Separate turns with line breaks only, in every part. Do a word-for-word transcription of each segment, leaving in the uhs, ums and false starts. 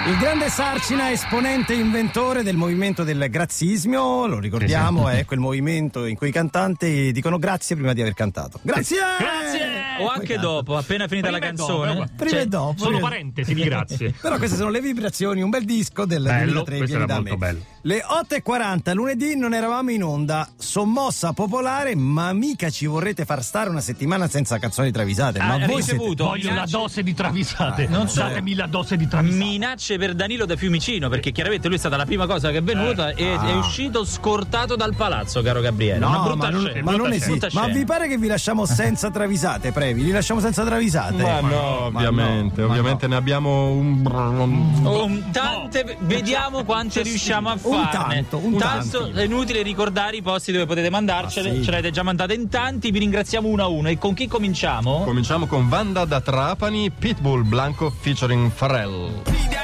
Il grande Sarcina, esponente e inventore del movimento del grazzismo, lo ricordiamo, è quel movimento in cui i cantanti dicono grazie prima di aver cantato. Grazie!
Grazie! O anche dopo, appena finita
Prima
la
e
canzone.
dopo,
Prima
Cioè,
e dopo.
Sono parentesi di grazie.
Però queste sono le vibrazioni, un bel disco del
Bello,
duemilatré.
questo
vieni
era
da
molto
me.
bello.
Le otto e quaranta, lunedì non eravamo in onda, sommossa popolare, ma mica ci vorrete far stare una settimana senza canzoni travisate.
Ah,
ma
hai
voi siete...
ricevuto
Voglio la
minacce-
dose di travisate.
Ah, non so.
Datemi la dose di travisate.
minacce per Danilo da Fiumicino, perché chiaramente lui è stata la prima cosa che è venuta e
Ah.
è uscito scortato dal palazzo, caro Gabriele. Una
No,
brutta
ma non,
scena.
ma non
brutta
esiste.
scena.
Ma vi pare che vi lasciamo senza travisate, Previ? Li lasciamo senza travisate?
Ma no, ovviamente,
no, ma
ovviamente ne abbiamo un...
Un tante, vediamo quante riusciamo a
Un
farne.
tanto, un
Tanto
tanto.
è inutile ricordare i posti dove potete mandarcele,
Ah, sì.
ce l'avete già mandate in tanti, vi ringraziamo uno a uno. E con chi cominciamo?
Cominciamo con Vanda da Trapani, Pitbull Blanco featuring Pharrell.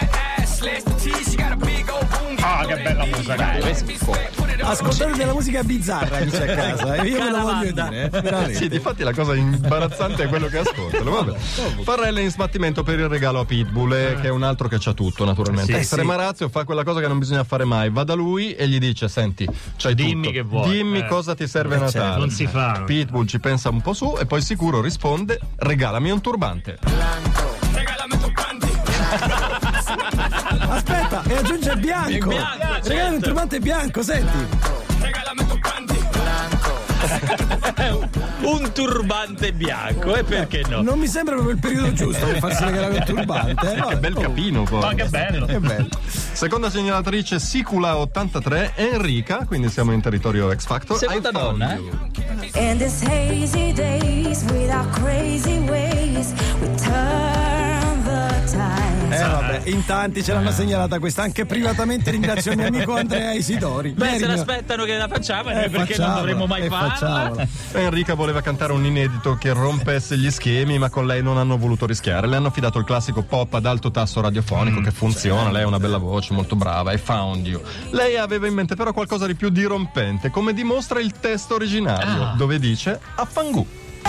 Ah, che bella musica.
Ascoltate della musica bizzarra, amici a casa. eh. Io ve lo voglio dire, eh, veramente.
Sì, difatti la cosa imbarazzante è quello che ascoltano. Vabbè. Pharrell è in sbattimento per il regalo a Pitbull, eh, che è un altro che c'ha tutto, naturalmente.
Sì,
Essere
sì.
Marazio fa quella cosa che non bisogna fare mai. Va da lui e gli dice: senti, c'hai
Dimmi
tutto.
che vuoi,
Dimmi
eh.
cosa ti serve a
Eh,
Natale.
certo.
Non si fa. no.
Pitbull ci pensa un po' su e poi sicuro risponde: regalami un turbante.
Aspetta, e aggiunge bianco.
Bianco, certo.
Regalami un turbante bianco, senti.
Un turbante bianco, e perché no?
Non mi sembra proprio il periodo giusto per farsi regalare un turbante. Eh?
Che
Vabbè.
bel capino poi.
Ma che bello.
Che bello.
Seconda segnalatrice Sicula ottantatré, Enrica, quindi siamo in territorio X Factor.
Seconda
I found
donna, eh?
you.
In these hazy days, with our crazy ways, we turn the tide.
Eh vabbè, in tanti ce l'hanno segnalata questa, anche privatamente ringrazio il mio amico Andrea Isidori.
Beh, se
Ieri-
l'aspettano che la facciamo,
Eh,
eh, perché non
facciamola,
dovremmo mai
eh,
farla.
facciamola.
Enrica voleva cantare un inedito che rompesse gli schemi, ma con lei non hanno voluto rischiare. Le hanno affidato il classico pop ad alto tasso radiofonico che funziona. Lei ha una bella voce, molto brava. I found you. Lei aveva in mente però qualcosa di più dirompente, come dimostra il testo originario, dove dice affangù.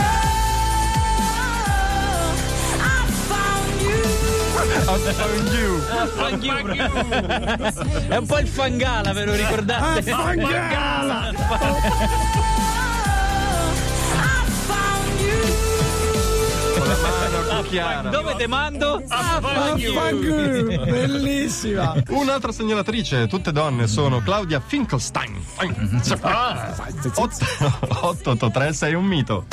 Fuck you. È un po' il Fangala, ve lo ricordate?
Ah, Fangala!
Con la mano chiara.
Dove te mando?
Ah, fuck you. Bellissima.
Un'altra segnalatrice, tutte donne, sono Claudia Finkelstein. otto otto tre sei un mito.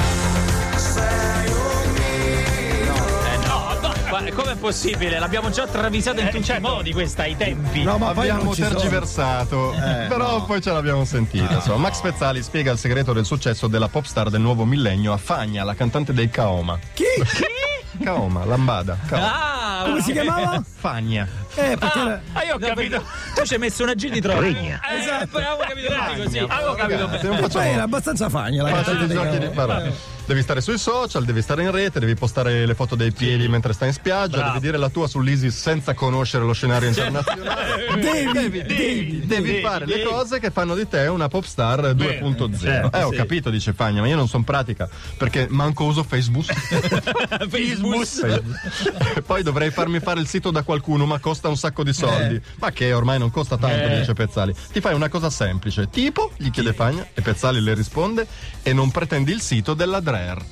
Ma com'è possibile? L'abbiamo già travisata in tutti i modi questa ai tempi.
No, ma poi
Abbiamo
non ci sono.
tergiversato, però poi ce l'abbiamo sentita. Insomma, Max Pezzali spiega il segreto del successo della pop star del nuovo millennio a Fagna, la cantante dei Kaoma.
Chi?
Kaoma, lambada. Kaoma.
Ah,
Come si chiamava?
Fagna.
Eh, perché era-
Ah, io ho
no,
capito.
perché tu ci hai messo una G di troppo. Eh, esatto. Avevo capito bene così. Avevo capito
Ragazzi,
bene.
non
Poi
facciamo
era abbastanza fagna la
facciamo
cantante
i
dei
giochi di
Kaoma.
parole. Devi stare sui social, devi stare in rete, devi postare le foto dei piedi mentre stai in spiaggia,
Bravo.
devi dire la tua sull'ISIS senza conoscere lo scenario internazionale.
Devi,
Devi, devi, devi fare le cose che fanno di te una pop star due punto zero.
certo,
eh, ho
sì.
capito, dice Fagna, ma io non sono pratica perché manco uso Facebook.
Facebook.
E poi dovrei farmi fare il sito da qualcuno, ma costa un sacco di soldi. Ma che ormai non costa tanto,
Eh.
dice Pezzali. Ti fai una cosa semplice, tipo, gli chiede Fagna, e Pezzali le risponde, e non pretendi il sito della Dreher.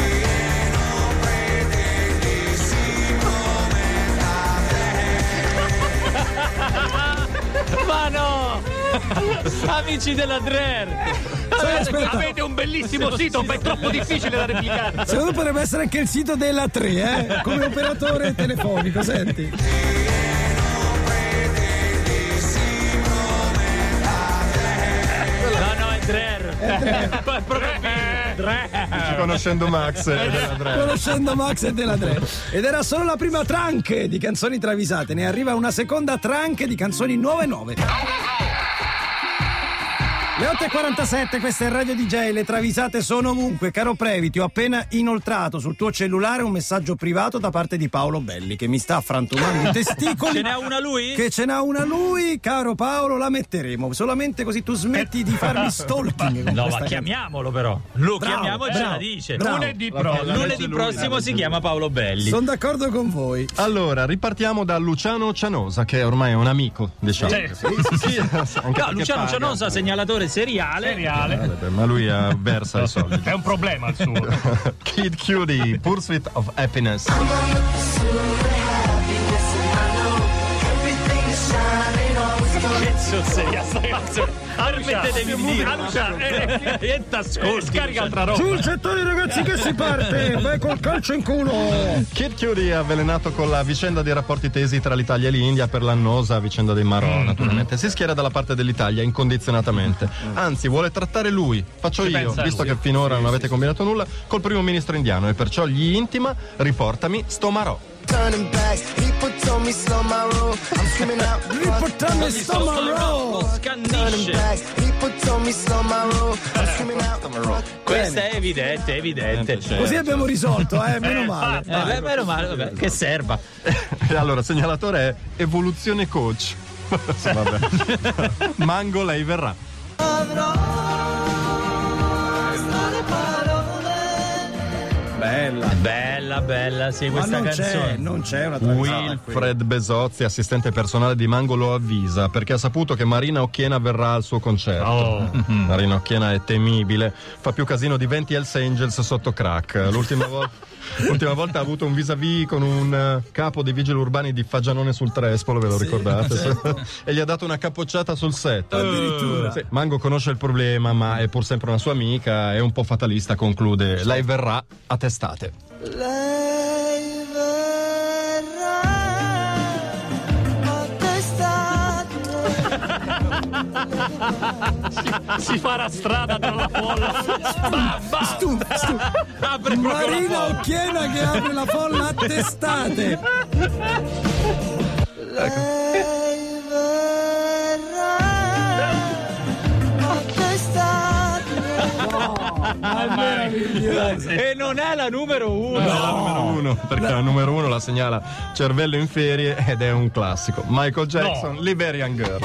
Ma no! Amici della Dreher!
Aspetta,
Avete un bellissimo sito, ma è troppo difficile da replicare.
secondo me potrebbe essere anche il sito della tre, eh? Come operatore telefonico, senti.
No, no, è Dreher! È proprio Dreher!
Conoscendo Max e della Dreher.
Conoscendo Max e della tre. Ed era solo la prima tranche di canzoni travisate, ne arriva una seconda tranche di canzoni nuove nuove. Le otto e quarantasette, questa è Radio D J, le travisate sono ovunque. Caro Previ, ti ho appena inoltrato sul tuo cellulare un messaggio privato da parte di Paolo Belli che mi sta frantumando i testicoli.
Ce n'ha una lui?
Che ce n'ha una lui, caro Paolo, la metteremo. Solamente così tu smetti di farmi stalking. con
No,
questa
ma chiamiamolo però. Lo
Bravo,
chiamiamo e ce
bravo,
la dice.
bravo.
Lunedì
La-
prossimo.
la-
Lunedì
lui,
prossimo
la-
si chiama Paolo Belli.
Sono d'accordo con voi.
Allora, ripartiamo da Luciano Cianosa, che ormai è un amico, diciamo.
Sì,
Sì, sì, anche
No,
perché
Luciano
paga.
Cianosa, segnalatore seriale.
Seriale.
Eh, Ma lui eh, versa i soldi.
È un problema il suo.
Kid Cudi, Pursuit of Happiness.
Cazzo sei a sta canzone. Permettetemi di dire.
Anuncia, eh,
E t'ascolti.
scarica altra
Sul
roba.
settore ragazzi che si parte, vai col calcio in culo.
Kid Cudi è avvelenato con la vicenda dei rapporti tesi tra l'Italia e l'India per l'annosa vicenda dei Marò, naturalmente. Si schiera dalla parte dell'Italia incondizionatamente. Anzi, vuole trattare lui, faccio
Ci
io,
pensa
visto
lui.
che finora non avete combinato nulla, col primo ministro indiano e perciò gli intima, riportami sto Marò.
Turning back, people told me slow my roll. I'm screaming out.
Riportami sto Marò.
Turning
Scandisce.
back, people told me slow my roll. I'm screaming out.
Questa è evidente, è evidente.
Così abbiamo risolto, eh, meno male.
Eh, beh, meno male, vabbè, che serva.
E allora, segnalatore è Evoluzione Coach. Vabbè. Mango, lei verrà.
Bella.
Bella, bella, sì,
Ma
questa
non c'è,
canzone.
non c'è una travisata qui.
Wilfred Besozzi, assistente personale di Mango, lo avvisa perché ha saputo che Marina Occhiena verrà al suo concerto.
Oh.
Marina Occhiena è temibile, fa più casino di venti Hells Angels sotto crack. L'ultima volta. L'ultima volta ha avuto un vis-à-vis con un eh, capo dei vigili urbani di Fagianone sul Trespolo, ve lo ricordate? E gli ha dato una capocciata sul set.
Addirittura.
Sì, Mango conosce il problema, ma è pur sempre una sua amica, è un po' fatalista, conclude. Lei verrà a testate.
Lei verrà a testate.
Si farà strada tra la folla. Bamba.
Stu, stu.
Apre proprio la
Marina
folla.
Occhiena che apre la folla a testate.
Lei verrà a testate.
E non è la numero uno.
È la numero uno, perché la numero uno la segnala Cervello in ferie ed è un classico. Michael Jackson,
No.
Liberian Girl.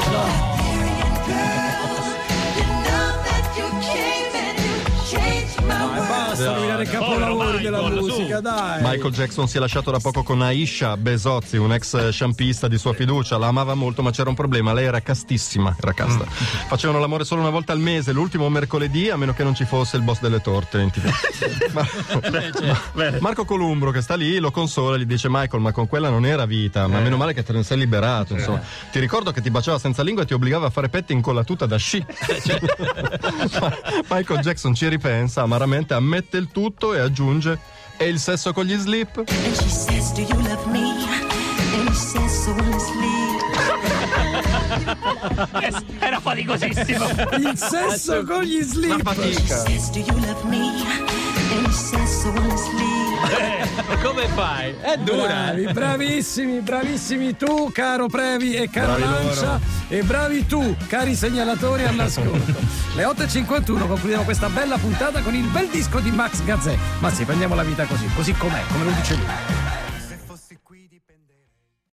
Basta rovinare i capolavori della
Michael, su.
musica, dai.
Michael Jackson si è lasciato da poco con Aisha Besozzi, un ex sciampista di sua fiducia. La amava molto, ma c'era un problema: lei era castissima, era casta. Facevano l'amore solo una volta al mese, l'ultimo mercoledì, a meno che non ci fosse il boss delle torte in tivù. Ma- ma- Marco Columbro, che sta lì, lo consola e gli dice: Michael, ma con quella non era vita, ma meno male che te ne sei liberato. Insomma, ti ricordo che ti baciava senza lingua e ti obbligava a fare petting con la tuta da sci. Ma Michael Jackson ci ripensa amaramente, ammette il tutto e aggiunge: e il sesso con gli slip?
And she says, do you love me? And he says, so will sleep.
Era faticosissimo.
Il sesso con gli slip.
Fatica.
Says, do you love me? And he says, so will sleep.
Come fai? È dura.
Bravi, bravissimi, bravissimi tu, caro Previ e caro
Bravi
Lancia,
loro.
e bravi tu, cari segnalatori all'ascolto. Le otto e cinquantuno concludiamo questa bella puntata con il bel disco di Max Gazzè. Ma sì, prendiamo la vita così, così com'è, come lo dice lui.